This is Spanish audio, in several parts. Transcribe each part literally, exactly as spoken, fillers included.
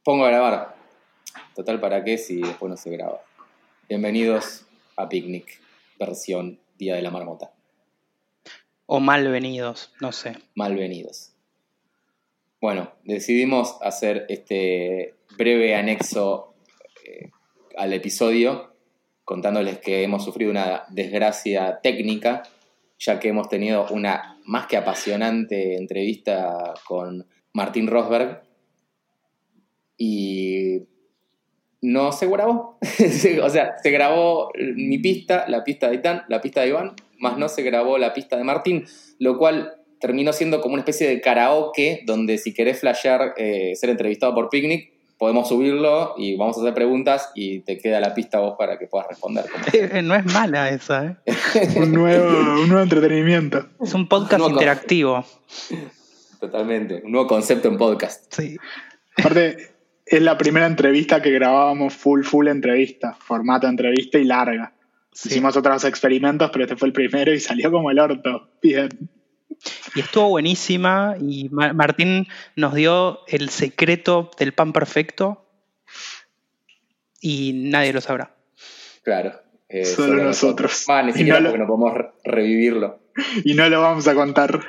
pongo a grabar. Total, ¿para qué si después no se graba? Bienvenidos a Picnic, versión Día de la Marmota. O malvenidos, no sé. Malvenidos. Bueno, decidimos hacer este breve anexo eh, al episodio, contándoles que hemos sufrido una desgracia técnica, ya que hemos tenido una más que apasionante entrevista con Martín Rosberg y no se grabó. O sea, se grabó mi pista, la pista de Itán, la pista de Iván, más no se grabó la pista de Martín, lo cual terminó siendo como una especie de karaoke donde si querés flashear eh, ser entrevistado por Picnic, podemos subirlo y vamos a hacer preguntas y te queda la pista a vos para que puedas responder. Eh, no es mala esa, ¿eh? un, nuevo, un nuevo entretenimiento. Es un podcast un interactivo. Con... Totalmente, un nuevo concepto en podcast. Sí. Aparte, es la primera entrevista que grabábamos full, full entrevista, formato entrevista y larga. Sí. Hicimos otros experimentos, pero este fue el primero y salió como el orto. Bien. Y estuvo buenísima y Martín nos dio el secreto del pan perfecto y nadie lo sabrá. Claro. Eh, solo, solo nosotros. nosotros. Ah, ni siquiera no porque lo... no podemos re- revivirlo. Y no lo vamos a contar.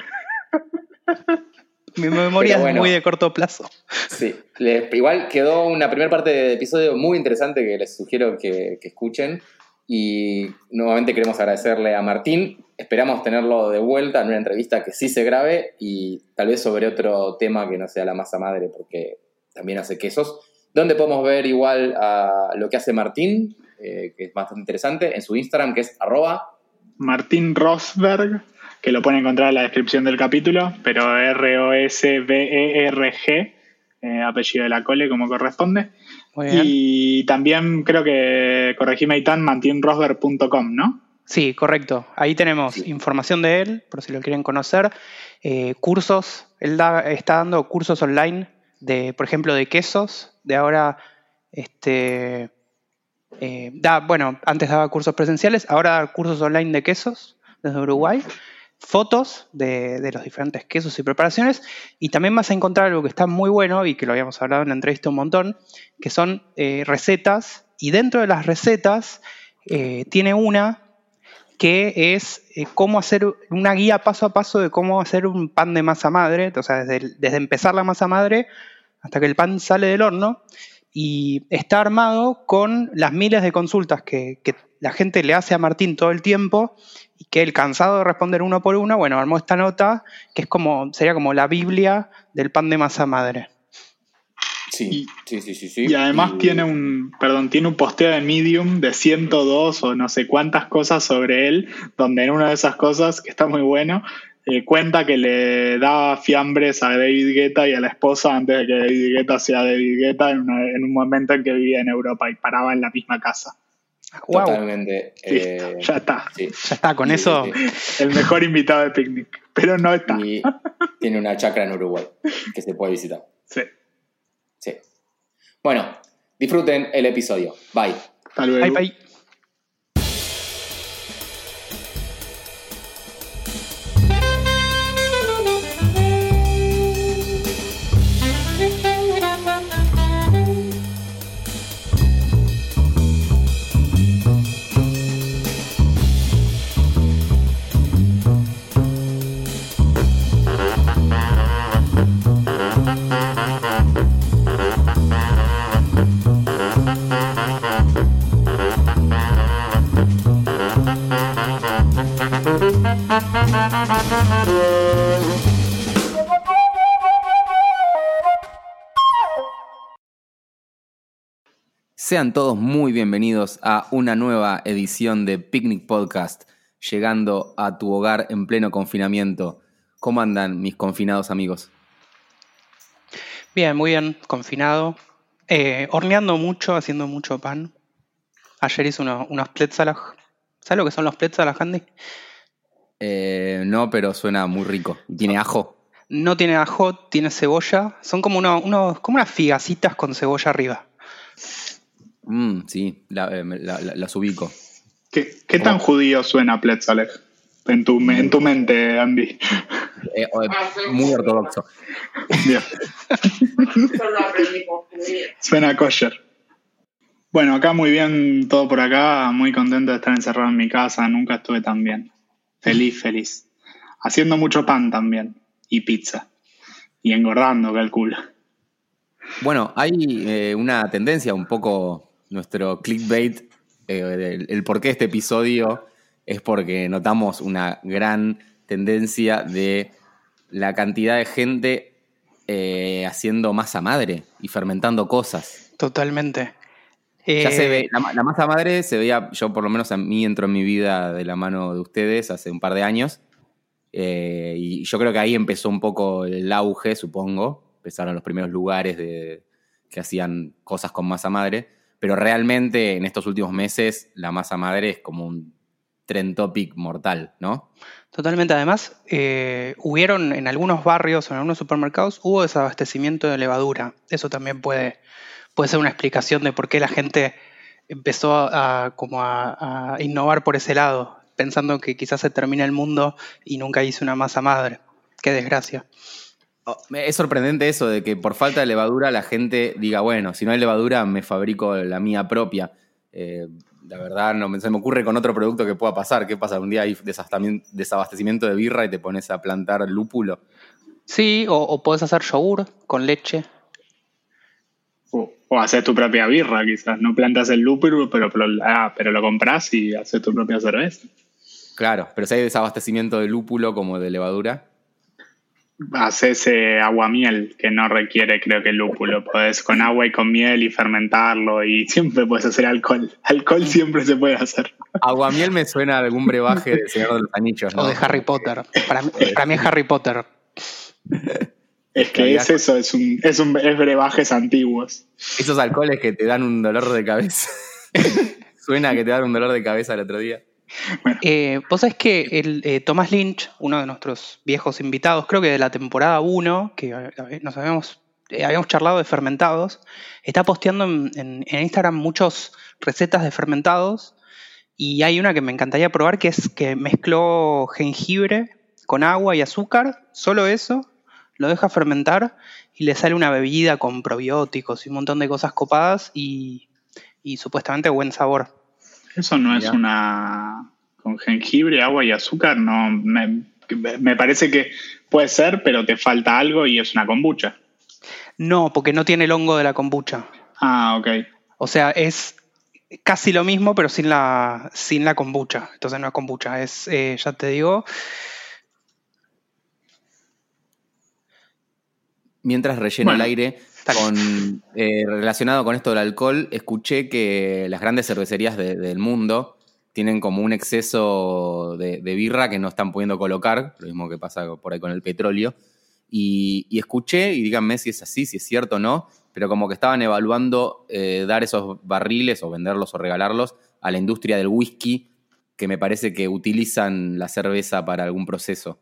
Mi memoria bueno, es muy de corto plazo. Sí. Le, igual quedó una primera parte del episodio muy interesante que les sugiero que, que escuchen. Y nuevamente queremos agradecerle a Martín. Esperamos tenerlo de vuelta en una entrevista que sí se grabe y tal vez sobre otro tema que no sea la masa madre, porque también hace quesos. ¿Dónde podemos ver igual a lo que hace Martín? Eh, que es bastante interesante, en su Instagram, que es arroba Martín Rosberg, que lo pueden encontrar en la descripción del capítulo, pero R O S B E R G, eh, apellido de la cole, como corresponde. Y también creo que, corregime Itán, martin rosberg punto com, ¿no? Sí, correcto. Ahí tenemos sí. información de él, por si lo quieren conocer. Eh, cursos, él da, está dando cursos online, de, por ejemplo, de quesos. De ahora, este, eh, da, bueno, antes daba cursos presenciales, ahora da cursos online de quesos desde Uruguay. Fotos de, de los diferentes quesos y preparaciones, y también vas a encontrar algo que está muy bueno y que lo habíamos hablado en la entrevista un montón, que son eh, recetas, y dentro de las recetas eh, tiene una que es eh, cómo hacer una guía paso a paso de cómo hacer un pan de masa madre, o sea, desde, desde empezar la masa madre hasta que el pan sale del horno, y está armado con las miles de consultas que, que la gente le hace a Martín todo el tiempo, y que él, cansado de responder uno por uno, bueno, armó esta nota que es como, sería como la Biblia del pan de masa madre. Sí, sí, sí, sí, sí. Y además y... tiene un, perdón, tiene un posteo de Medium de ciento dos o no sé cuántas cosas sobre él, donde en una de esas cosas, que está muy bueno, eh, cuenta que le daba fiambres a David Guetta y a la esposa antes de que David Guetta sea David Guetta en, una, en un momento en que vivía en Europa y paraba en la misma casa. Wow. Totalmente. Sí, eh, ya está. Sí. Ya está, con sí, eso. Sí, sí. El mejor invitado de Picnic. Pero no está. Y tiene una chacra en Uruguay que se puede visitar. Sí. Sí. Bueno, disfruten el episodio. Bye. Hasta luego. Bye, bye. Sean todos muy bienvenidos a una nueva edición de Picnic Podcast, llegando a tu hogar en pleno confinamiento. ¿Cómo andan mis confinados amigos? Bien, muy bien, confinado. Eh, horneando mucho, haciendo mucho pan. Ayer hice unos, unos pletzalas. ¿Sabes lo que son los pletzalas, Andy? Eh, no, pero suena muy rico. ¿Tiene ajo? No tiene ajo, tiene cebolla. Son como, uno, unos, como unas figacitas con cebolla arriba. Mm, sí, la, la, la, las ubico. ¿Qué, qué tan judío suena Pletzaleg en tu, en tu mente, Andy? eh, muy ortodoxo. Bien. Suena kosher. Bueno, acá muy bien, todo por acá, muy contento de estar encerrado en mi casa, nunca estuve tan bien. Feliz, feliz. Haciendo mucho pan también, y pizza, y engordando, calculo. Bueno, hay eh, una tendencia, un poco nuestro clickbait, eh, el, el porqué de este episodio es porque notamos una gran tendencia de la cantidad de gente eh, haciendo masa madre y fermentando cosas. Totalmente. Ya Eh, se ve, la, la masa madre se veía, yo por lo menos a mí entró en mi vida de la mano de ustedes hace un par de años, eh, y yo creo que ahí empezó un poco el auge, supongo. Empezaron los primeros lugares de, que hacían cosas con masa madre, pero realmente en estos últimos meses la masa madre es como un trend topic mortal, ¿no? Totalmente. Además, eh, hubieron en algunos barrios o en algunos supermercados, hubo desabastecimiento de levadura. Eso también puede, puede ser una explicación de por qué la gente empezó a, a, como a, a innovar por ese lado, pensando que quizás se termina el mundo y nunca hice una masa madre. Qué desgracia. Oh, es sorprendente eso de que por falta de levadura la gente diga, bueno, si no hay levadura me fabrico la mía propia. Eh, la verdad no se me ocurre con otro producto que pueda pasar. ¿Qué pasa? Un día hay desabastecimiento de birra y te pones a plantar lúpulo. Sí, o, o podés hacer yogur con leche. O, o hacer tu propia birra, quizás. No plantas el lúpulo, pero, pero, ah, pero lo compras y haces tu propia cerveza. Claro, pero si hay desabastecimiento de lúpulo como de levadura. Haces eh, aguamiel, que no requiere, creo que, lúpulo. Podés con agua y con miel y fermentarlo, y siempre puedes hacer alcohol. Alcohol siempre se puede hacer. Aguamiel me suena a algún brebaje del Señor de los Anillos, ¿no? O de Harry Potter. Para mí, para mí es Harry Potter. Es que es eso, es, un, es, un, es brebajes antiguos. Esos alcoholes que te dan un dolor de cabeza. Suena que te dan un dolor de cabeza el otro día. Bueno. Eh, vos sabés que el, eh, Thomas Lynch, uno de nuestros viejos invitados, creo que de la temporada uno, que eh, nos habíamos, eh, habíamos charlado de fermentados, está posteando en, en, en Instagram muchas recetas de fermentados, y hay una que me encantaría probar, que es que mezcló jengibre con agua y azúcar, solo eso, lo deja fermentar y le sale una bebida con probióticos y un montón de cosas copadas y, y supuestamente buen sabor. Eso no es una... Con jengibre, agua y azúcar, no... Me, me parece que puede ser, pero te falta algo y es una kombucha. No, porque no tiene el hongo de la kombucha. Ah, ok. O sea, es casi lo mismo, pero sin la, sin la kombucha. Entonces no es kombucha, es, eh, ya te digo... Mientras relleno bueno, el aire, con, eh, relacionado con esto del alcohol, escuché que las grandes cervecerías de, del mundo tienen como un exceso de, de birra que no están pudiendo colocar, lo mismo que pasa por ahí con el petróleo. Y, y escuché, y díganme si es así, si es cierto o no, pero como que estaban evaluando eh, dar esos barriles o venderlos o regalarlos a la industria del whisky, que me parece que utilizan la cerveza para algún proceso.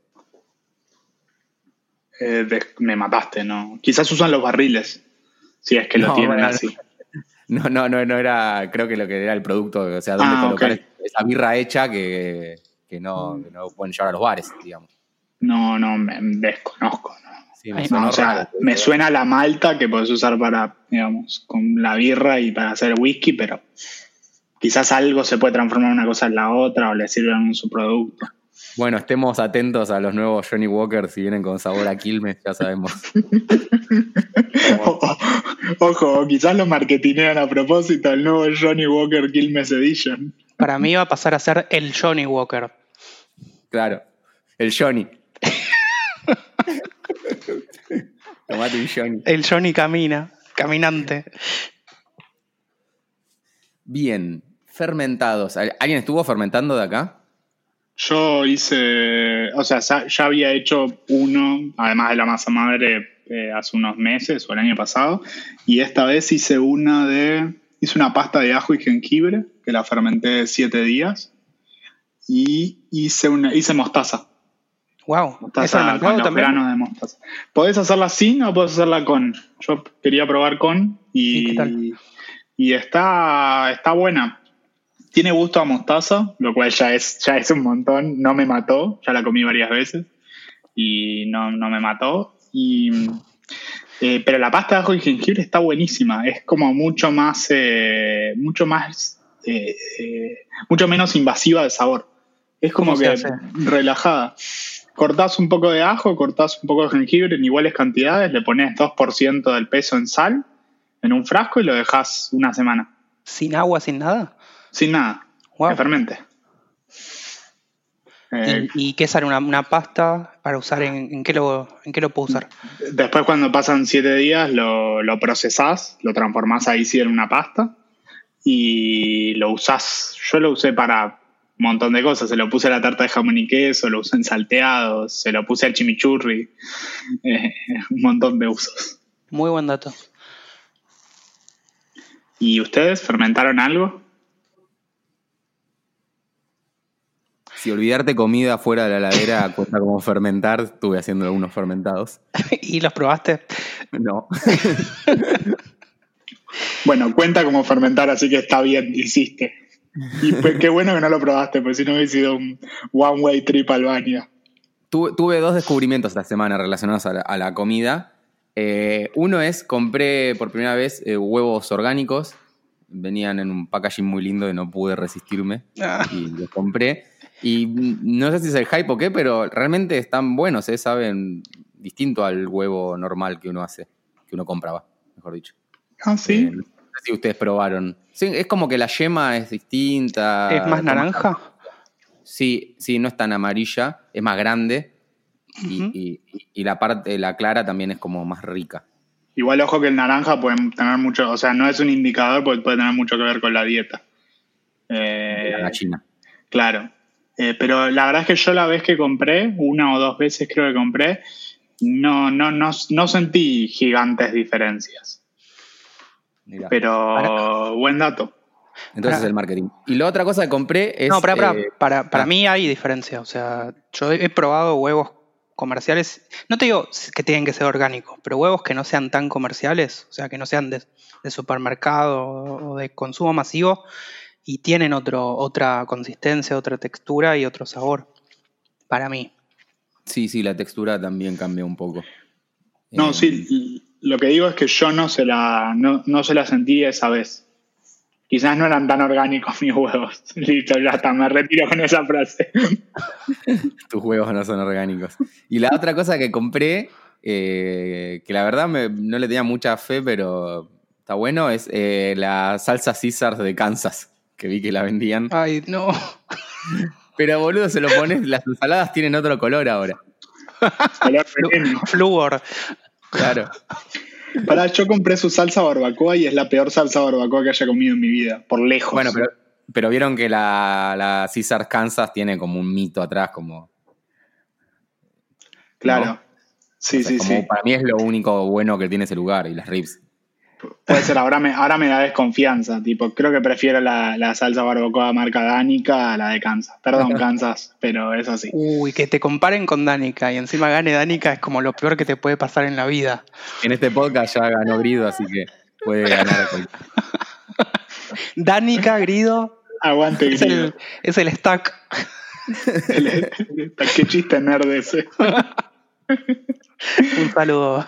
Eh, de, me mataste, ¿no? Quizás usan los barriles, si es que lo no, tienen bueno, así. No, no, no, no era, creo que lo que era el producto, o sea, dónde ah, colocar okay. esa birra hecha que, que, no, que no pueden llevar a los bares, digamos. No, no, me desconozco, ¿no? Sí, me, no, o sea, me suena la malta que podés usar para, digamos, con la birra y para hacer whisky, pero quizás algo se puede transformar una cosa en la otra o le sirven un subproducto. Bueno, estemos atentos a los nuevos Johnny Walker, si vienen con sabor a Quilmes, ya sabemos. Ojo, ojo, quizás lo marketinean a propósito, el nuevo Johnny Walker Quilmes Edition. Para mí va a pasar a ser el Johnny Walker. Claro, el Johnny. Tomate un Johnny. El Johnny camina, caminante. Bien, fermentados. ¿Alguien estuvo fermentando de acá? Yo hice, o sea, ya había hecho uno, además de la masa madre, eh, hace unos meses o el año pasado, y esta vez hice una de, hice una pasta de ajo y jengibre, que la fermenté siete días, y hice una, hice mostaza. Wow, mostaza con los también? granos de mostaza. Podés hacerla sin o podés hacerla con. Yo quería probar con y, ¿Y, y está, está buena. Tiene gusto a mostaza, lo cual ya es, ya es un montón. No me mató, ya la comí varias veces. y no, no me mató. Y, eh, pero la pasta de ajo y jengibre está buenísima. Es como mucho más, eh, mucho más, eh, eh, mucho menos invasiva de sabor. Es como que relajada. Cortás un poco de ajo, cortás un poco de jengibre en iguales cantidades, le pones dos por ciento del peso en sal en un frasco y lo dejás una semana. ¿Sin agua, sin nada? Sin nada, wow. Que fermente. Eh, ¿Y, ¿Y qué sale? Una, una pasta para usar? En, ¿en, qué lo, ¿En qué lo puedo usar? Después, cuando pasan siete días, lo, lo procesás, lo transformás ahí sí en una pasta y lo usás. Yo lo usé para un montón de cosas. Se lo puse a la tarta de jamón y queso, lo usé en salteados, se lo puse al chimichurri. Eh, un montón de usos. Muy buen dato. ¿Y ustedes fermentaron algo? Si olvidarte comida fuera de la heladera cuenta como fermentar, estuve haciendo algunos fermentados. ¿Y los probaste? No. Bueno, cuenta como fermentar, así que está bien, hiciste. Y pues qué bueno que no lo probaste, porque si no hubiese sido un one way trip al baño. Tuve, tuve dos descubrimientos esta semana relacionados a la, a la comida. Eh, uno es, compré por primera vez eh, huevos orgánicos. Venían en un packaging muy lindo y no pude resistirme. Ah. Y los compré. Y no sé si es el hype o qué, pero realmente están buenos, ¿eh? Saben distinto al huevo normal que uno hace, que uno compraba, mejor dicho. Ah, sí. Eh, no sé si ustedes probaron. Sí, es como que la yema es distinta. ¿Es más naranja? Sí, sí, no es tan amarilla, es más grande. Y, uh-huh. y, y la parte, la clara también es como más rica. Igual ojo que el naranja puede tener mucho, o sea, no es un indicador porque puede tener mucho que ver con la dieta. Eh, la gallina. Claro. Eh, pero la verdad es que yo la vez que compré, una o dos veces creo que compré, no, no, no, no sentí gigantes diferencias. Mirá. Pero para... buen dato. Entonces para... el marketing. Y la otra cosa que compré es... No, para, para, eh... para, para ah. mí hay diferencia. O sea, yo he probado huevos comerciales, no te digo que tienen que ser orgánicos, pero huevos que no sean tan comerciales, o sea, que no sean de, de supermercado o de consumo masivo, y tienen otro, otra consistencia, otra textura y otro sabor, para mí. Sí, sí, la textura también cambia un poco. No, eh, sí, lo que digo es que yo no se la, no, no se la sentí esa vez. Quizás no eran tan orgánicos mis huevos. Listo, ya está, me retiro con esa frase. Tus huevos no son orgánicos. Y la otra cosa que compré, eh, que la verdad me, no le tenía mucha fe, pero está bueno, es eh, la salsa Caesar de Kansas, que vi que la vendían. Ay, no. Pero boludo, se lo pones, las ensaladas tienen otro color ahora. Color flúor. Claro. Pará, yo compré su salsa barbacoa y es la peor salsa barbacoa que haya comido en mi vida, por lejos. Bueno, pero, pero vieron que la, la Caesar Kansas tiene como un mito atrás, como... Claro, ¿no? Sí, o sea, sí, como sí. Para mí es lo único bueno que tiene ese lugar, y las ribs. Puede ser, ahora me, ahora me da desconfianza, tipo, creo que prefiero la, la salsa barbacoa marca Danica a la de Kansas. Perdón, Kansas, pero es así. Uy, que te comparen con Danica y encima gane Danica es como lo peor que te puede pasar en la vida. En este podcast ya ganó Grido, así que puede ganar. Danica, Grido. Aguante, es Grido. El, es el stack. el, el, qué chiste nerd ese. Un saludo.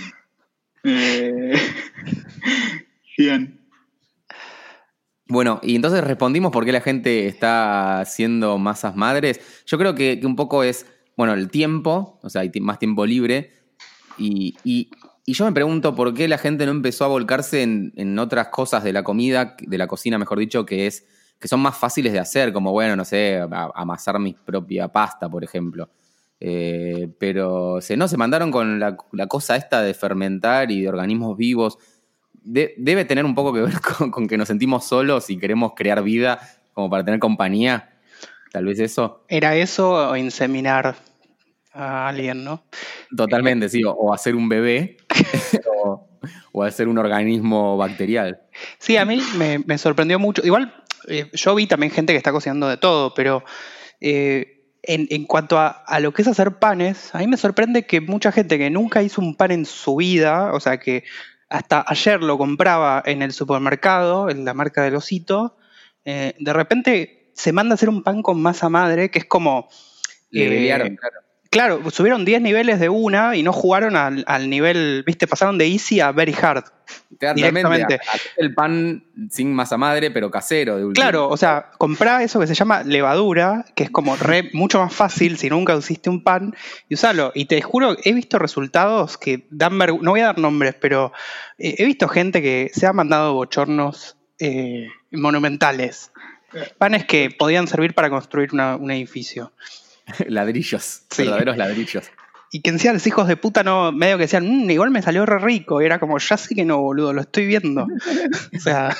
Eh, bien. Bueno, y entonces respondimos por qué la gente está haciendo masas madres. Yo creo que, que un poco es, bueno, el tiempo, o sea, hay más tiempo libre. Y, y, y yo me pregunto por qué la gente no empezó a volcarse en, en otras cosas de la comida, de la cocina, mejor dicho, que es que son más fáciles de hacer, como, bueno, no sé, amasar mi propia pasta, por ejemplo. Eh, pero se, no, se mandaron con la, la cosa esta de fermentar y de organismos vivos. De, debe tener un poco que ver con, con que nos sentimos solos y queremos crear vida como para tener compañía. Tal vez eso. ¿Era eso o inseminar a alguien, no? Totalmente, sí. O, o hacer un bebé o, o hacer un organismo bacterial. Sí, a mí me, me sorprendió mucho. Igual eh, yo vi también gente que está cocinando de todo, pero... Eh, En, en cuanto a, a lo que es hacer panes, a mí me sorprende que mucha gente que nunca hizo un pan en su vida, o sea que hasta ayer lo compraba en el supermercado, en la marca del Osito, eh, de repente se manda a hacer un pan con masa madre, que es como... Le eh, claro. Claro, subieron diez niveles de una y no jugaron al, al nivel, viste, pasaron de easy a very hard. Directamente. A, a el pan sin masa madre, pero casero. De último. Claro, o sea, comprá eso que se llama levadura, que es como re, mucho más fácil si nunca hiciste un pan, y usalo. Y te juro, he visto resultados que dan vergüenza. No voy a dar nombres, pero eh, he visto gente que se ha mandado bochornos eh, monumentales. Panes que podían servir para construir una, un edificio. Ladrillos, sí. Verdaderos ladrillos. Y que encima los hijos de puta no, medio que decían, mmm, igual me salió re rico. Y era como, ya sé que no, boludo, lo estoy viendo. O sea.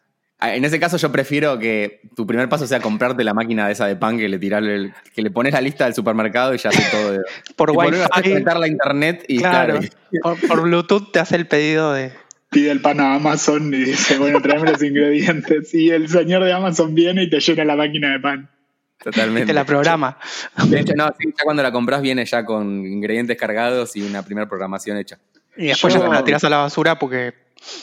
En ese caso yo prefiero que tu primer paso sea comprarte la máquina de esa de pan que le tirás el, que le pones la lista del supermercado y ya hace todo. De, por Wi-Fi. Conectarla a internet y claro. claro. Por, por Bluetooth te hace el pedido de. Pide el pan a Amazon y dice, bueno, tráeme los ingredientes. Y el señor de Amazon viene y te llena la máquina de pan. Totalmente. Te la programa. De hecho, no, sí, ya cuando la compras viene ya con ingredientes cargados y una primera programación hecha. Y después Yo, ya la tirás a la basura porque.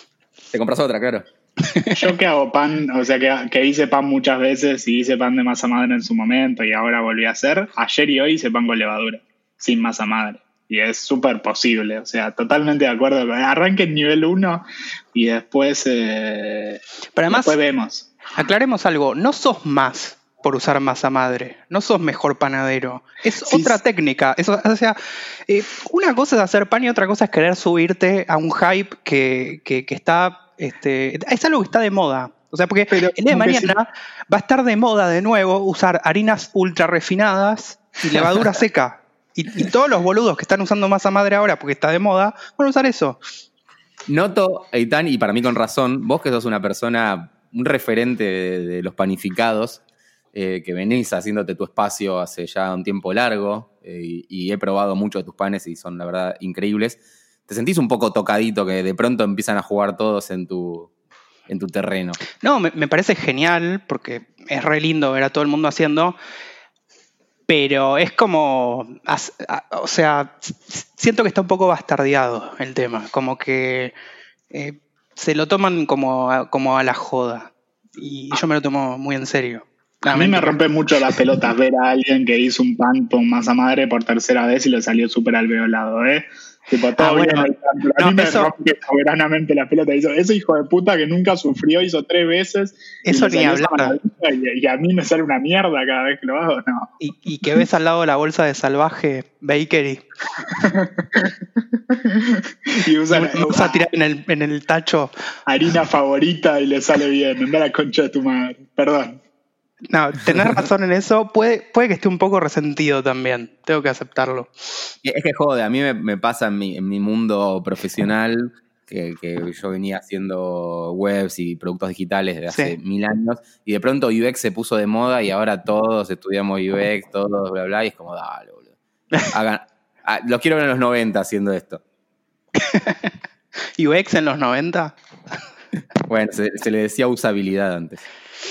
Te compras otra, claro. Yo que hago pan, o sea, que, que hice pan muchas veces y hice pan de masa madre en su momento y ahora volví a hacer. Ayer y hoy hice pan con levadura, sin masa madre. Y es súper posible, o sea, totalmente de acuerdo. Arranque en nivel uno y después, eh, Pero además, después vemos. Aclaremos algo, no sos más por usar masa madre, no sos mejor panadero, es sí, otra técnica. Eso, o sea, eh, una cosa es hacer pan y otra cosa es querer subirte a un hype que, que, que está, este, es algo que está de moda. O sea, porque Pero, el día de mañana sí. va a estar de moda de nuevo usar harinas ultra refinadas y levadura seca. Y, y todos los boludos que están usando masa madre ahora porque está de moda, van a usar eso. Noto, Eitan, y para mí con razón, vos que sos una persona, un referente de, de los panificados, eh, que venís haciéndote tu espacio hace ya un tiempo largo, eh, y, y he probado muchos de tus panes y son la verdad increíbles. ¿Te sentís un poco tocadito que de pronto empiezan a jugar todos en tu, en tu terreno? No, me, me parece genial porque es re lindo ver a todo el mundo haciendo. Pero es como, o sea, siento que está un poco bastardeado el tema, como que eh, se lo toman como a, como a la joda y yo me lo tomo muy en serio. A mí me rompe mucho las pelotas ver a alguien que hizo un pan con masa madre por tercera vez y le salió súper alveolado, ¿eh? Tipo, todo ah, bien bueno, el pan, pero a no, mí me eso, rompe soberanamente las pelotas. Hizo, ese hijo de puta que nunca sufrió, hizo tres veces. Eso ni hablar. Y, y a mí me sale una mierda cada vez que lo hago, no. Y, y que ves al lado de la bolsa de salvaje bakery. y usa, y usa a tirar en el, en el tacho. Harina favorita y le sale bien. Anda la concha de tu madre. Perdón. No, tenés razón en eso. Puede, puede que esté un poco resentido también. Tengo que aceptarlo. Es que jode, a mí me, me pasa en mi, en mi mundo profesional que, que yo venía haciendo webs y productos digitales desde hace sí. mil años y de pronto U X se puso de moda y ahora todos estudiamos U X, todos bla bla y es como, dale, boludo. Hagan, ah, los quiero ver en los noventa haciendo esto. ¿U X en los noventa? Bueno, se, se le decía usabilidad antes.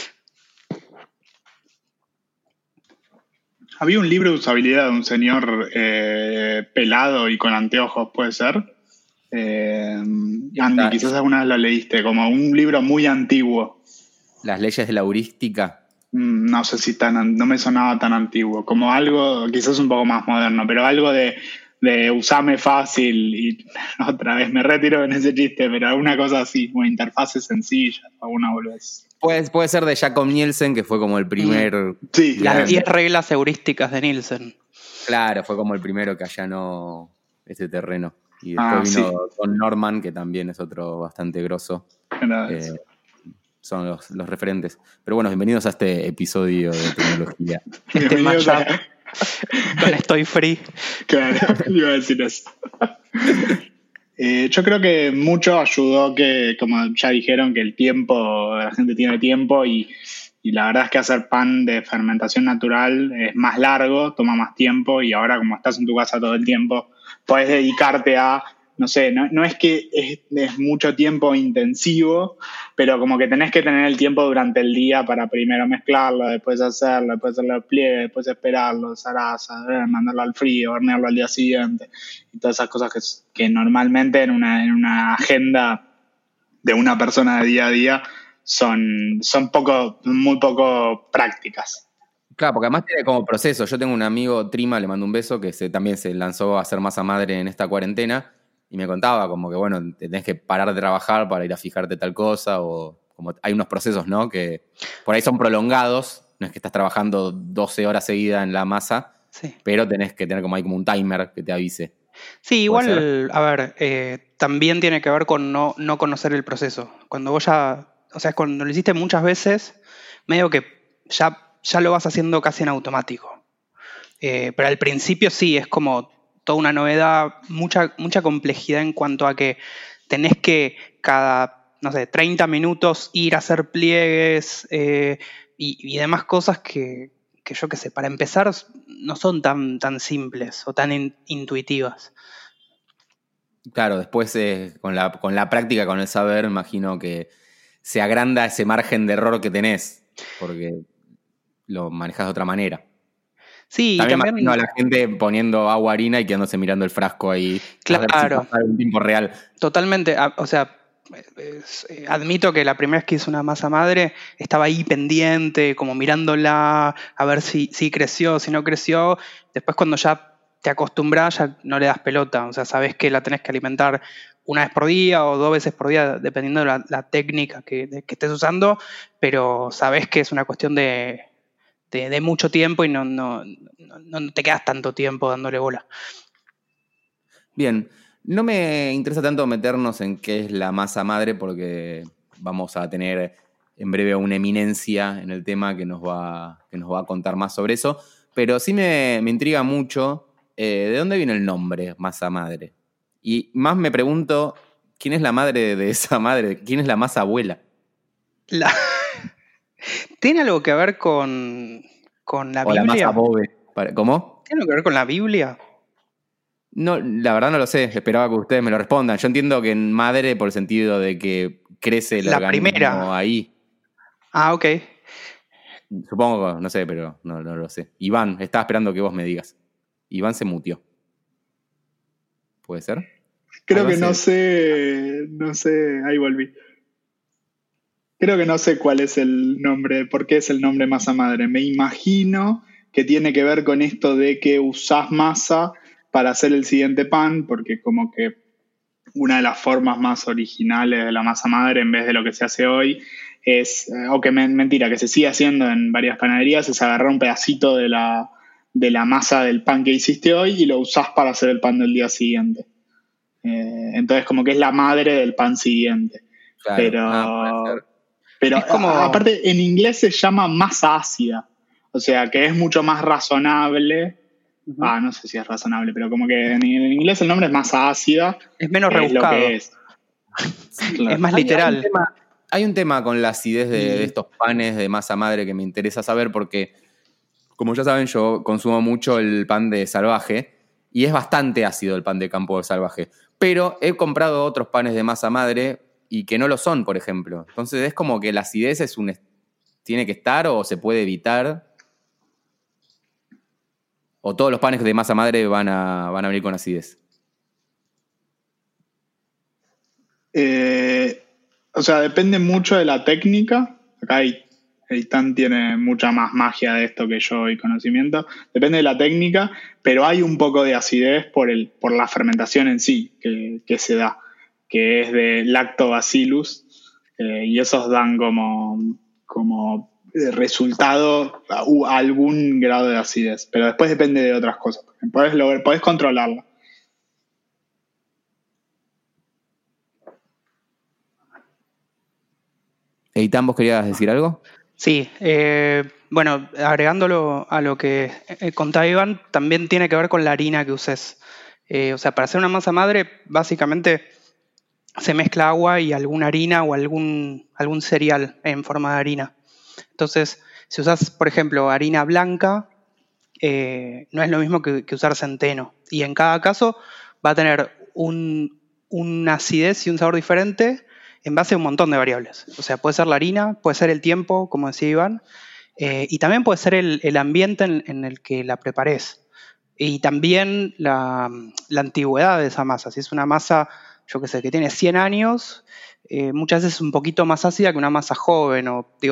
Había un libro de usabilidad de un señor eh, pelado y con anteojos, ¿puede ser? Eh, Andy, quizás alguna vez lo leíste, como un libro muy antiguo. Las leyes de la heurística. Mm, no sé si tan, no me sonaba tan antiguo, como algo, quizás un poco más moderno, pero algo de, de usame fácil y otra vez me retiro en ese chiste, pero alguna cosa así, como interfaces sencillas, alguna boludez. Puede, puede ser de Jacob Nielsen, que fue como el primer... Sí, las diez reglas heurísticas de Nielsen. Claro, fue como el primero que allanó ese terreno. Y después ah, vino sí. Don Norman, que también es otro bastante grosso. Eh, son los, los referentes. Pero bueno, bienvenidos a este episodio de tecnología. Este mashup con Estoy Free. Claro, iba a decir eso. Eh, yo creo que mucho ayudó que, como ya dijeron, que el tiempo, la gente tiene tiempo y, y la verdad es que hacer pan de fermentación natural es más largo, toma más tiempo y ahora como estás en tu casa todo el tiempo, puedes dedicarte a, no sé, no, no es que es, es mucho tiempo intensivo, pero como que tenés que tener el tiempo durante el día para primero mezclarlo, después hacerlo, después hacerlo el pliegue, después esperarlo, zaraza, mandarlo al frío, hornearlo al día siguiente y todas esas cosas que, que normalmente en una, en una agenda de una persona de día a día son, son poco, muy poco prácticas. Claro, porque además tiene como proceso. Yo tengo un amigo, Trima, le mando un beso, que se, también se lanzó a hacer masa madre en esta cuarentena y me contaba como que, bueno, te tenés que parar de trabajar para ir a fijarte tal cosa o como hay unos procesos, ¿no? Que por ahí son prolongados, no es que estás trabajando doce horas seguidas en la masa, Sí. pero tenés que tener como, hay como un timer que te avise. Sí, igual, a ver, eh, también tiene que ver con no, no conocer el proceso. Cuando vos ya, o sea, cuando lo hiciste muchas veces, medio que ya, ya lo vas haciendo casi en automático. Eh, pero al principio sí, es como toda una novedad, mucha, mucha complejidad en cuanto a que tenés que cada, no sé, treinta minutos ir a hacer pliegues eh, y, y demás cosas que, que yo qué sé, para empezar no son tan, tan simples o tan in, intuitivas. Claro, después eh, con, la, con la práctica, con el saber, imagino que se agranda ese margen de error que tenés, porque lo manejas de otra manera. Sí, también, también imagino a la gente poniendo agua, harina y quedándose mirando el frasco ahí. Claro. A ver si pasa en tiempo real. Totalmente. O sea, admito que la primera vez que hice una masa madre estaba ahí pendiente, como mirándola, a ver si, si creció, si no creció. Después cuando ya te acostumbras, ya no le das pelota. O sea, sabes que la tenés que alimentar una vez por día o dos veces por día, dependiendo de la, la técnica que, de, que estés usando, pero sabes que es una cuestión de, de, de mucho tiempo y no, no, no, no te quedas tanto tiempo dándole bola. Bien. No me interesa tanto meternos en qué es la masa madre porque vamos a tener en breve una eminencia en el tema que nos va, que nos va a contar más sobre eso, pero sí me, me intriga mucho eh, de dónde viene el nombre masa madre. Y más me pregunto, ¿quién es la madre de esa madre? ¿Quién es la masa abuela? La... ¿Tiene algo que ver con, con la o Biblia? O la masa bobe. ¿Cómo? ¿Tiene algo que ver con la Biblia? No, la verdad no lo sé, esperaba que ustedes me lo respondan. Yo entiendo que en madre por el sentido de que crece el la organismo primera. ahí. Ah, ok. Supongo, no sé, pero no, no lo sé. Iván, estaba esperando que vos me digas. Iván se mutió. ¿Puede ser? Creo que no sé, no sé, ahí volví. Creo que no sé cuál es el nombre, por qué es el nombre masa madre. Me imagino que tiene que ver con esto de que usás masa para hacer el siguiente pan, porque como que una de las formas más originales de la masa madre, en vez de lo que se hace hoy, es, o que mentira, que se sigue haciendo en varias panaderías, es agarrar un pedacito de la, de la masa del pan que hiciste hoy y lo usás para hacer el pan del día siguiente. Eh, entonces como que es la madre del pan siguiente. Claro. Pero, ah, pero como... aparte en inglés se llama masa ácida, o sea que es mucho más razonable. Uh-huh. Ah, no sé si es razonable, pero como que en, en inglés el nombre es masa ácida. Es menos rebuscado. Es lo que es. Claro. Es más literal. Hay, hay, un tema, hay un tema con la acidez de, de estos panes de masa madre que me interesa saber porque, como ya saben, yo consumo mucho el pan de salvaje y es bastante ácido el pan de campo de salvaje. Pero he comprado otros panes de masa madre y que no lo son, por ejemplo. Entonces es como que la acidez es un, tiene que estar o se puede evitar. ¿O todos los panes de masa madre van a, van a venir con acidez? Eh, o sea, depende mucho de la técnica. Acá Eitan tiene mucha más magia de esto que yo y conocimiento. Depende de la técnica, pero hay un poco de acidez por, el, por la fermentación en sí que, que se da, que es de lactobacillus, eh, y esos dan como... como resultado a, a algún grado de acidez, pero después depende de otras cosas. Podés, lograr, podés controlarla. Eitan, ¿vos querías decir algo? Sí, eh, bueno, agregándolo a lo que eh, contaba Iván, también tiene que ver con la harina que uses. Eh, o sea, para hacer una masa madre, básicamente se mezcla agua y alguna harina o algún, algún cereal en forma de harina. Entonces, si usas, por ejemplo, harina blanca, eh, no es lo mismo que, que usar centeno. Y en cada caso va a tener un, una acidez y un sabor diferente en base a un montón de variables. O sea, puede ser la harina, puede ser el tiempo, como decía Iván, eh, y también puede ser el, el ambiente en, en el que la prepares. Y también la, la antigüedad de esa masa. Si es una masa, yo qué sé, que tiene cien años, eh, muchas veces es un poquito más ácida que una masa joven, o digo...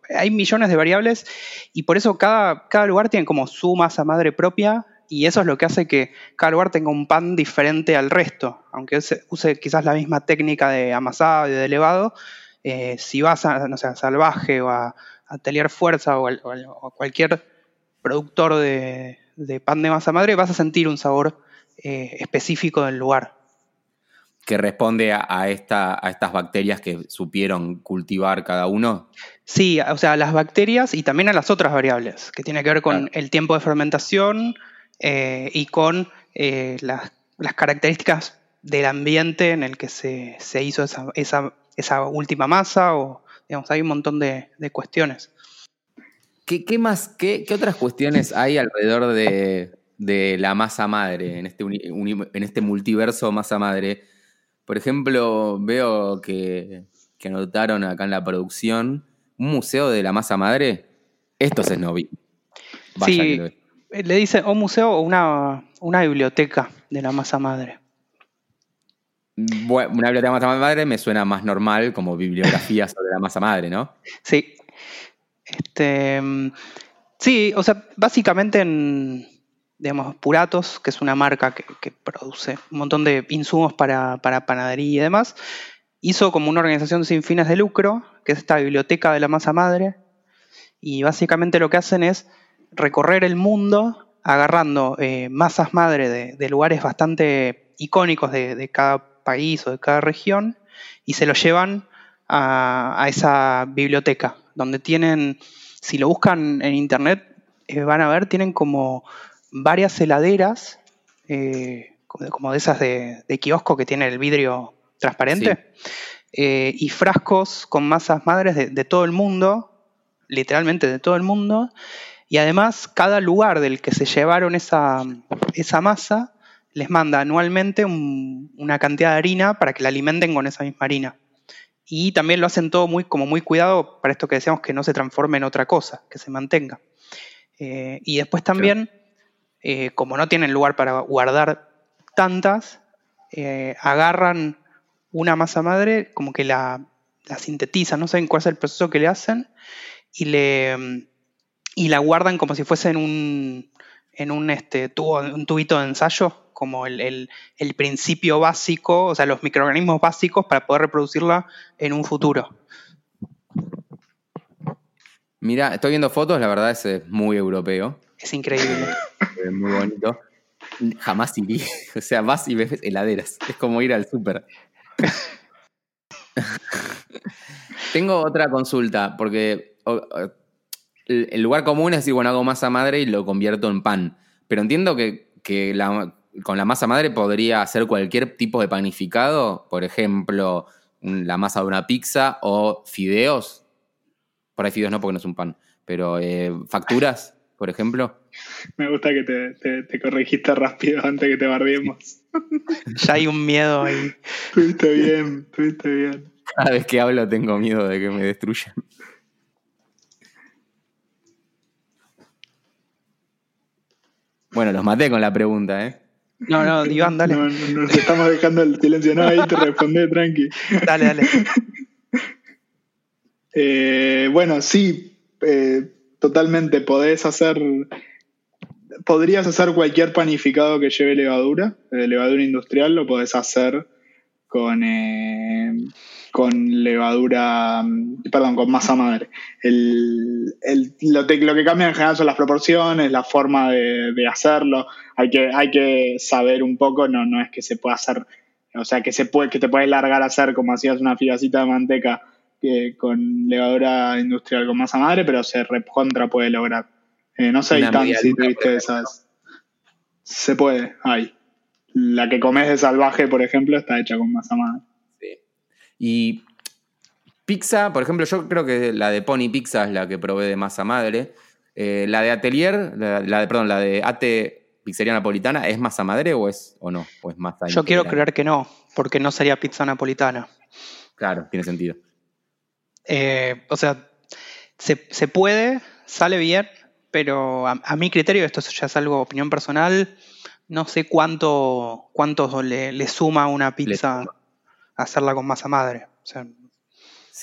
hay millones de variables y por eso cada, cada lugar tiene como su masa madre propia y eso es lo que hace que cada lugar tenga un pan diferente al resto. Aunque use, use quizás la misma técnica de amasado y de elevado, eh, si vas a, no sé, a Salvaje o a, a Atelier Fuerza o a, o a cualquier productor de, de pan de masa madre, vas a sentir un sabor eh, específico del lugar. Que responde a, a, esta, a estas bacterias que supieron cultivar cada uno. Sí, o sea, a las bacterias y también a las otras variables, que tiene que ver con claro. el tiempo de fermentación eh, y con eh, las, las características del ambiente en el que se, se hizo esa, esa, esa última masa, o digamos, hay un montón de, de cuestiones. ¿Qué, qué más, qué, qué otras cuestiones hay alrededor de, de la masa madre, en este, uni, en este multiverso masa madre? Por ejemplo, veo que, que anotaron acá en la producción un museo de la masa madre. Esto es snobby. Sí, lo... le dicen o museo o una, una biblioteca de la masa madre. Bueno, una biblioteca de la masa madre me suena más normal, como bibliografía sobre la masa madre, ¿no? Sí. Este, sí, o sea, básicamente en... digamos, Puratos, que es una marca que, que produce un montón de insumos para, para panadería y demás, hizo como una organización sin fines de lucro, que es esta biblioteca de la masa madre, y básicamente lo que hacen es recorrer el mundo agarrando eh, masas madre de, de lugares bastante icónicos de, de cada país o de cada región, y se lo llevan a, a esa biblioteca, donde tienen, si lo buscan en internet, eh, van a ver, tienen como varias heladeras, eh, como de esas de, de kiosco que tiene el vidrio transparente, sí. eh, y frascos con masas madres de, de todo el mundo, literalmente de todo el mundo, y además cada lugar del que se llevaron esa, esa masa les manda anualmente un, una cantidad de harina para que la alimenten con esa misma harina. Y también lo hacen todo muy, como muy cuidado para esto que decíamos, que no se transforme en otra cosa, que se mantenga. Eh, y después también... Claro. Eh, como no tienen lugar para guardar tantas, eh, agarran una masa madre, como que la, la sintetizan, no saben cuál es el proceso que le hacen, y, le, y la guardan como si fuese en un, en un, este, tubo, un tubito de ensayo, como el, el, el principio básico, o sea, los microorganismos básicos para poder reproducirla en un futuro. Mira, estoy viendo fotos, la verdad es muy europeo. Es increíble. Es muy bonito. Jamás iría. O sea, vas y ves heladeras. Es como ir al súper. Tengo otra consulta, porque el lugar común es decir, bueno, hago masa madre y lo convierto en pan. Pero entiendo que, que la, con la masa madre podría hacer cualquier tipo de panificado. Por ejemplo, la masa de una pizza o fideos. Por ahí fideos no, porque no es un pan. Pero eh, facturas, por ejemplo. Me gusta que te, te, te corregiste rápido antes que te barriemos. Ya hay un miedo ahí. Estuviste bien, estuviste bien. Cada vez que hablo tengo miedo de que me destruyan. Bueno, los maté con la pregunta, ¿eh? No, no, Iván, dale. No, no, nos estamos dejando el silencio. No, ahí te respondé, tranqui. Dale, dale. eh, bueno, sí, eh, totalmente podés hacer... Podrías hacer cualquier panificado que lleve levadura, eh, levadura industrial, lo podés hacer con, eh, con levadura, perdón, con masa madre. El, el, lo, te, lo que cambia en general son las proporciones, la forma de, de hacerlo. Hay que, hay que saber un poco, no, no es que se pueda hacer, o sea, que, se puede, que te puedes largar a hacer como hacías una figacita de manteca eh, con levadura industrial con masa madre, pero se recontra puede lograr. Eh, no sé tan si tuviste esas. Se puede, hay. La que comes de Salvaje, por ejemplo, está hecha con masa madre. Sí. Y pizza, por ejemplo, yo creo que la de Pony Pizza es la que probé de masa madre. Eh, la de Atelier, la, la de, perdón, la de Ate Pizzería Napolitana, ¿es masa madre o es o no? ¿O es masa Yo integral? Quiero creer que no, porque no sería pizza napolitana. Claro, tiene sentido. Eh, o sea, se, se puede, sale bien. Pero a, a mi criterio, esto ya es algo opinión personal, no sé cuánto, cuánto le, le suma a una pizza hacerla con masa madre. O sea, sí,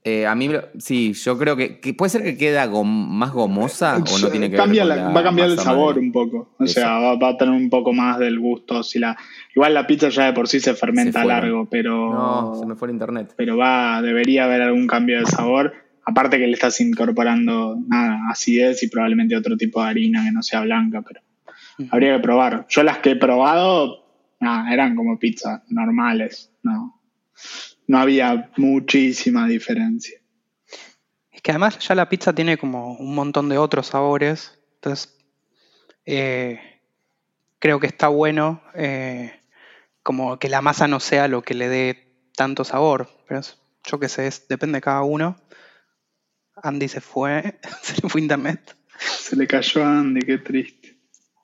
Eh, a mí, sí, yo creo que, que puede ser que queda gom, más gomosa o no tiene que Cambia ver con la, la va a cambiar el masa sabor madre. un poco. O Eso. sea, va, va a tener un poco más del gusto. Si la, igual la pizza ya de por sí se fermenta Se fueron. largo, pero. No, se me fue el internet. Pero va, debería haber algún cambio de sabor. Aparte que le estás incorporando nada, acidez y probablemente otro tipo de harina que no sea blanca, pero uh-huh. Habría que probar. Yo las que he probado, nada, eran como pizzas normales, no. No había muchísima diferencia. Es que además ya la pizza tiene como un montón de otros sabores, entonces eh, creo que está bueno eh, como que la masa no sea lo que le dé tanto sabor, pero es, yo qué sé, es, depende de cada uno. Andy se fue, se le fue internet. Se le cayó a Andy, qué triste.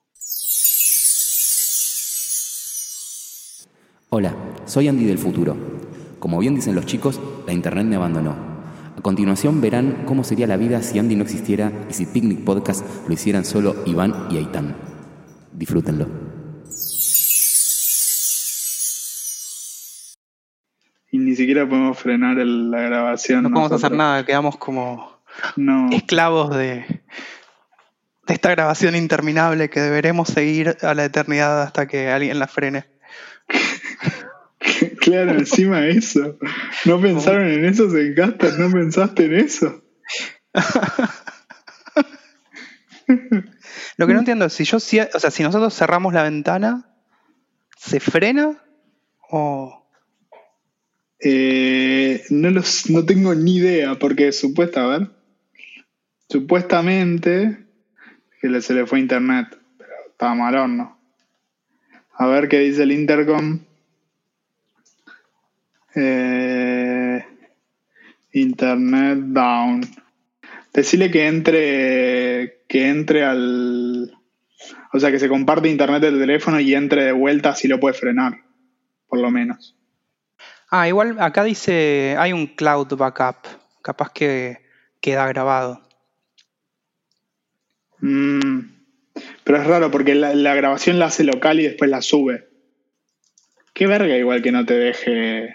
Hola, soy Andy del futuro. Como bien dicen los chicos, la internet me abandonó. A continuación verán cómo sería la vida si Andy no existiera y si Picnic Podcast lo hicieran solo Iván y Aitán. Disfrútenlo. Y ni siquiera podemos frenar el, la grabación. No podemos nosotros. hacer nada, quedamos como no. esclavos de, de esta grabación interminable que deberemos seguir a la eternidad hasta que alguien la frene. Claro, encima eso. ¿No pensaron en eso, Zencastr? ¿No pensaste en eso? Lo que no entiendo es si yo, si, o sea, si nosotros cerramos la ventana, ¿se frena o...? Eh, no, los, no tengo ni idea, porque supuesta, a ver, supuestamente que se le fue internet, pero estaba mal horno. A ver qué dice el intercom. Eh, internet down. Decirle que entre, que entre al, o sea, que se comparte internet del teléfono y entre de vuelta, si lo puede frenar, por lo menos. Ah, igual acá dice, hay un cloud backup, capaz que queda grabado. Mm, pero es raro porque la, la grabación la hace local y después la sube. Qué verga igual que no te deje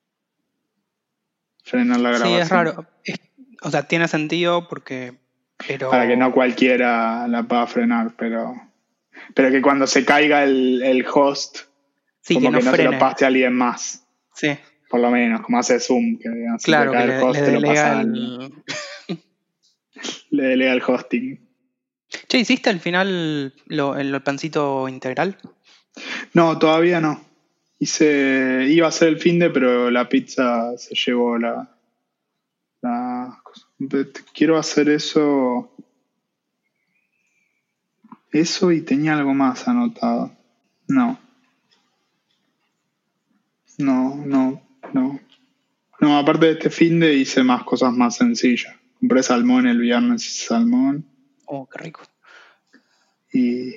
frenar la grabación. Sí, es raro. Es, o sea, tiene sentido porque... Pero... Para que no cualquiera la pueda frenar, pero... Pero que cuando se caiga el, el host, sí, como que no, que no frene. se lo pase a alguien más. Sí. Por lo menos, como hace Zoom, que si claro, te cae que el host, le, te le lo pasa el... al... le delega el hosting. Che, ¿hiciste al final lo, el pancito integral? No, todavía no. Hice, iba a hacer el finde, pero la pizza se llevó la, la cosa. Quiero hacer eso. Eso y tenía algo más anotado. No. No, no, no. No, aparte de este finde hice más cosas más sencillas. Compré salmón el viernes, salmón. Oh, qué rico. Y,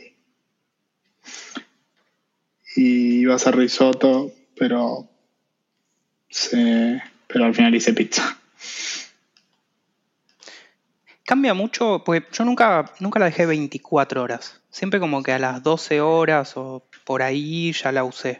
y iba a hacer risotto, pero se, pero al final hice pizza. Cambia mucho, porque yo nunca, nunca la dejé veinticuatro horas. Siempre como que a las doce horas o por ahí ya la usé.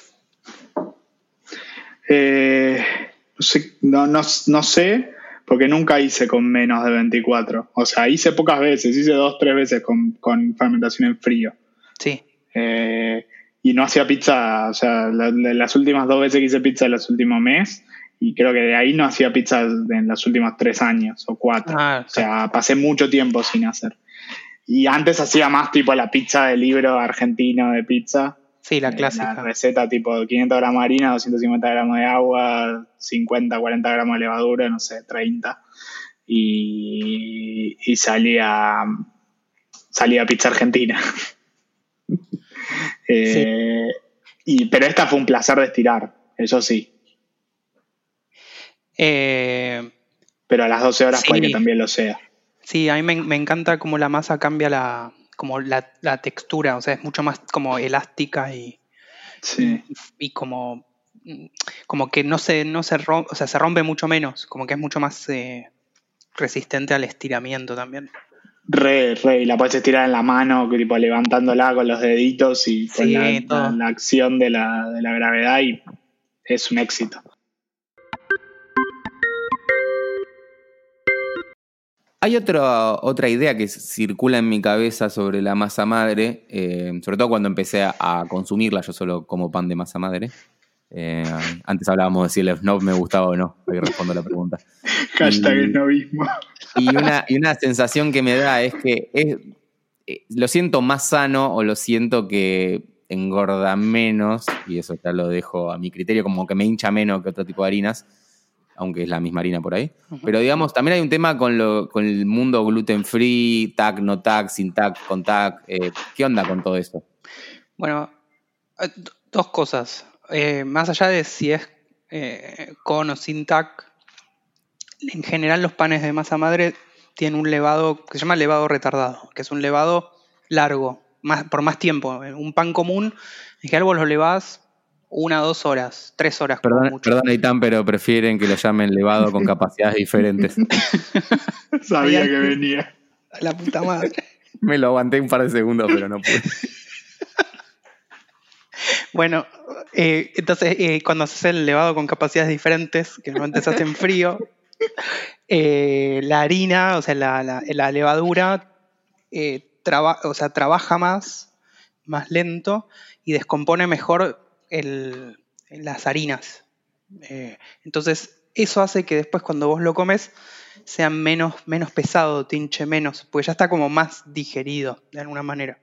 Eh, no sé, no, no, no sé, porque nunca hice con menos de veinticuatro. O sea, hice pocas veces, hice dos, tres veces con, con fermentación en frío. Sí. Eh, y no hacía pizza, o sea, la, la, las últimas dos veces que hice pizza en los últimos meses, y creo que de ahí no hacía pizza en los últimos tres años o cuatro. Ah, o sea, pasé mucho tiempo sin hacer. Y antes hacía más tipo la pizza del libro argentino de pizza. Sí, la eh, clásica. La receta tipo quinientos gramos de harina, doscientos cincuenta gramos de agua, cincuenta, cuarenta gramos de levadura, no sé, treinta. Y, y salía, salía pizza argentina. eh, sí. y, pero esta fue un placer de estirar, eso sí. Eh, pero a las doce horas sí. puede que también lo sea. Sí, a mí me, me encanta cómo la masa cambia la, como la, la textura, o sea, es mucho más como elástica y, sí. y, y como, como que no se, no se rompe, o sea, se rompe mucho menos, como que es mucho más eh, resistente al estiramiento también. Re, re, y la puedes estirar en la mano, tipo levantándola con los deditos y con sí, la, la, la acción de la, de la gravedad y es un éxito. Hay otro, otra idea que circula en mi cabeza sobre la masa madre, eh, sobre todo cuando empecé a, a consumirla. Yo solo como pan de masa madre. Eh, antes hablábamos de si el snob me gustaba o no. Ahí respondo la pregunta. Hashtag Y, snobismo. y, una, y una sensación que me da es que es, eh, lo siento más sano o lo siento que engorda menos, y eso ya lo dejo a mi criterio, como que me hincha menos que otro tipo de harinas, aunque es la misma harina por ahí. Uh-huh. Pero digamos, también hay un tema con, lo, con el mundo gluten free, tag, no tag, sin tag, con tag. Eh, ¿Qué onda con todo esto? Bueno, dos cosas. Eh, más allá de si es eh, con o sin tag, en general los panes de masa madre tienen un levado que se llama levado retardado, que es un levado largo, más, por más tiempo. Un pan común, en general vos lo levás una, dos horas, tres horas. Perdón, como mucho. Perdón, Eitan, pero prefieren que lo llamen levado con capacidades diferentes. Sabía que venía. La puta madre. Me lo aguanté un par de segundos, pero no pude. Bueno, eh, entonces eh, cuando haces el levado con capacidades diferentes, que normalmente se hace en frío, eh, la harina, o sea, la, la, la levadura, eh, traba, o sea, trabaja más, más lento y descompone mejor el, las harinas. Eh, entonces, eso hace que después cuando vos lo comes sea menos, menos pesado, te hinche menos, porque ya está como más digerido de alguna manera.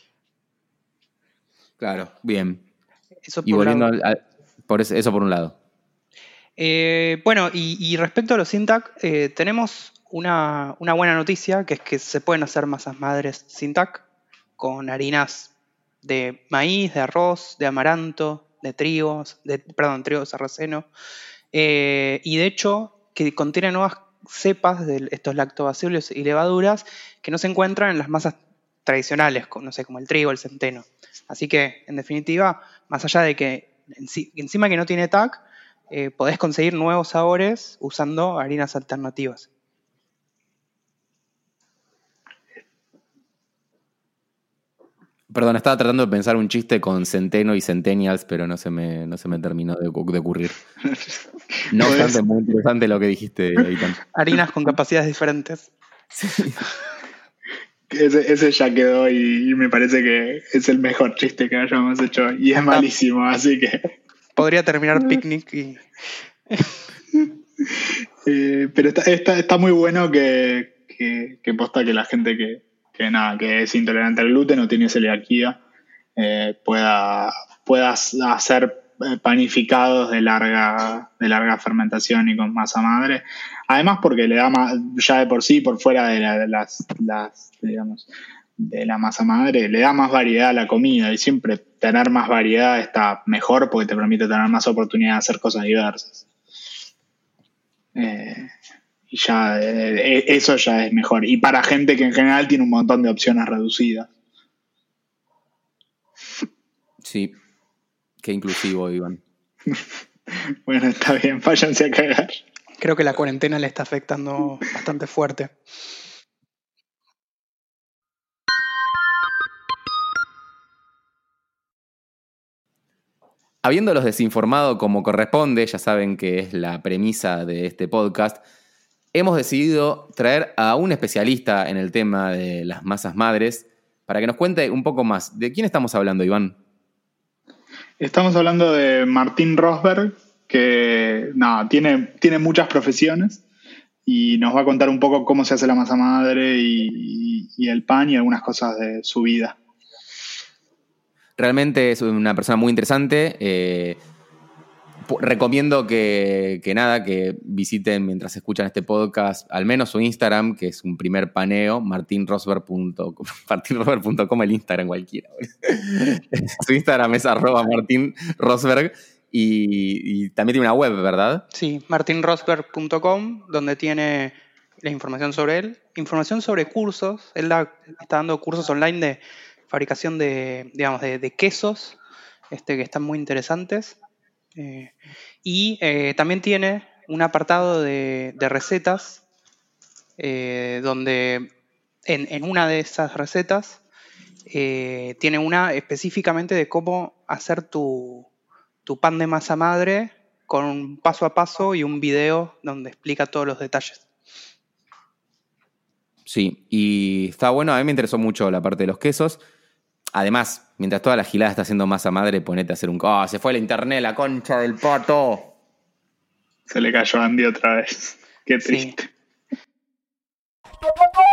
Claro, bien. Eso por y volviendo al, al, por eso, eso por un lado. Eh, bueno, y, y respecto a los sin tag, eh, tenemos una, una buena noticia, que es que se pueden hacer masas madres sin tag, con harinas de maíz, de arroz, de amaranto, de trigo, de, perdón, trigo sarraceno, eh, y de hecho que contiene nuevas cepas de estos lactobacilos y levaduras que no se encuentran en las masas tradicionales, no sé, como el trigo, el centeno. Así que, en definitiva, más allá de que encima que no tiene tag, eh, podés conseguir nuevos sabores usando harinas alternativas. Perdón, estaba tratando de pensar un chiste con centeno y centennials, pero no se me, no se me terminó de, de ocurrir. No obstante, muy interesante lo que dijiste, Eitan. Harinas con capacidades diferentes. Sí. Ese, ese ya quedó y, y me parece que es el mejor chiste que hayamos hecho y es malísimo, así que... Podría terminar picnic y... eh, pero está, está, está muy bueno que, que, que posta que la gente que, que nada, que es intolerante al gluten o tiene celiaquía eh, pueda, pueda hacer panificados de larga, de larga fermentación y con masa madre. Además porque le da más, ya de por sí, por fuera de, la, de las, las, digamos, de la masa madre, le da más variedad a la comida y siempre tener más variedad está mejor porque te permite tener más oportunidad de hacer cosas diversas. Eh, y ya eh, eso ya es mejor. Y para gente que en general tiene un montón de opciones reducidas. Sí. Qué inclusivo, Iván. Bueno, está bien, váyanse a cagar. Creo que la cuarentena le está afectando bastante fuerte. Habiéndolos desinformado como corresponde, ya saben que es la premisa de este podcast, hemos decidido traer a un especialista en el tema de las masas madres para que nos cuente un poco más. ¿De quién estamos hablando, Iván? Estamos hablando de Martín Rosberg, que nada, tiene, tiene muchas profesiones y nos va a contar un poco cómo se hace la masa madre y, y, y el pan y algunas cosas de su vida. Realmente es una persona muy interesante. Eh, recomiendo que, que nada, que visiten mientras escuchan este podcast, al menos su Instagram, que es un primer paneo, martin rosberg punto com, martin rosberg punto com, el Instagram cualquiera. Su Instagram es arroba martin rosberg y, y también tiene una web, ¿verdad? Sí, martin rosberg punto com, donde tiene la información sobre él, información sobre cursos. Él da, está dando cursos online de fabricación de, digamos, de, de quesos, este, que están muy interesantes. Eh, y eh, también tiene un apartado de, de recetas, eh, donde en, en una de esas recetas eh, tiene una específicamente de cómo hacer tu, tu pan de masa madre con un paso a paso y un video donde explica todos los detalles. Sí, y está bueno, a mí me interesó mucho la parte de los quesos. Además, mientras toda la gilada está haciendo masa madre, ponete a hacer un... ¡Ah, oh, se fue la internet, la concha del pato! Se le cayó a Andy otra vez. Qué triste. Sí.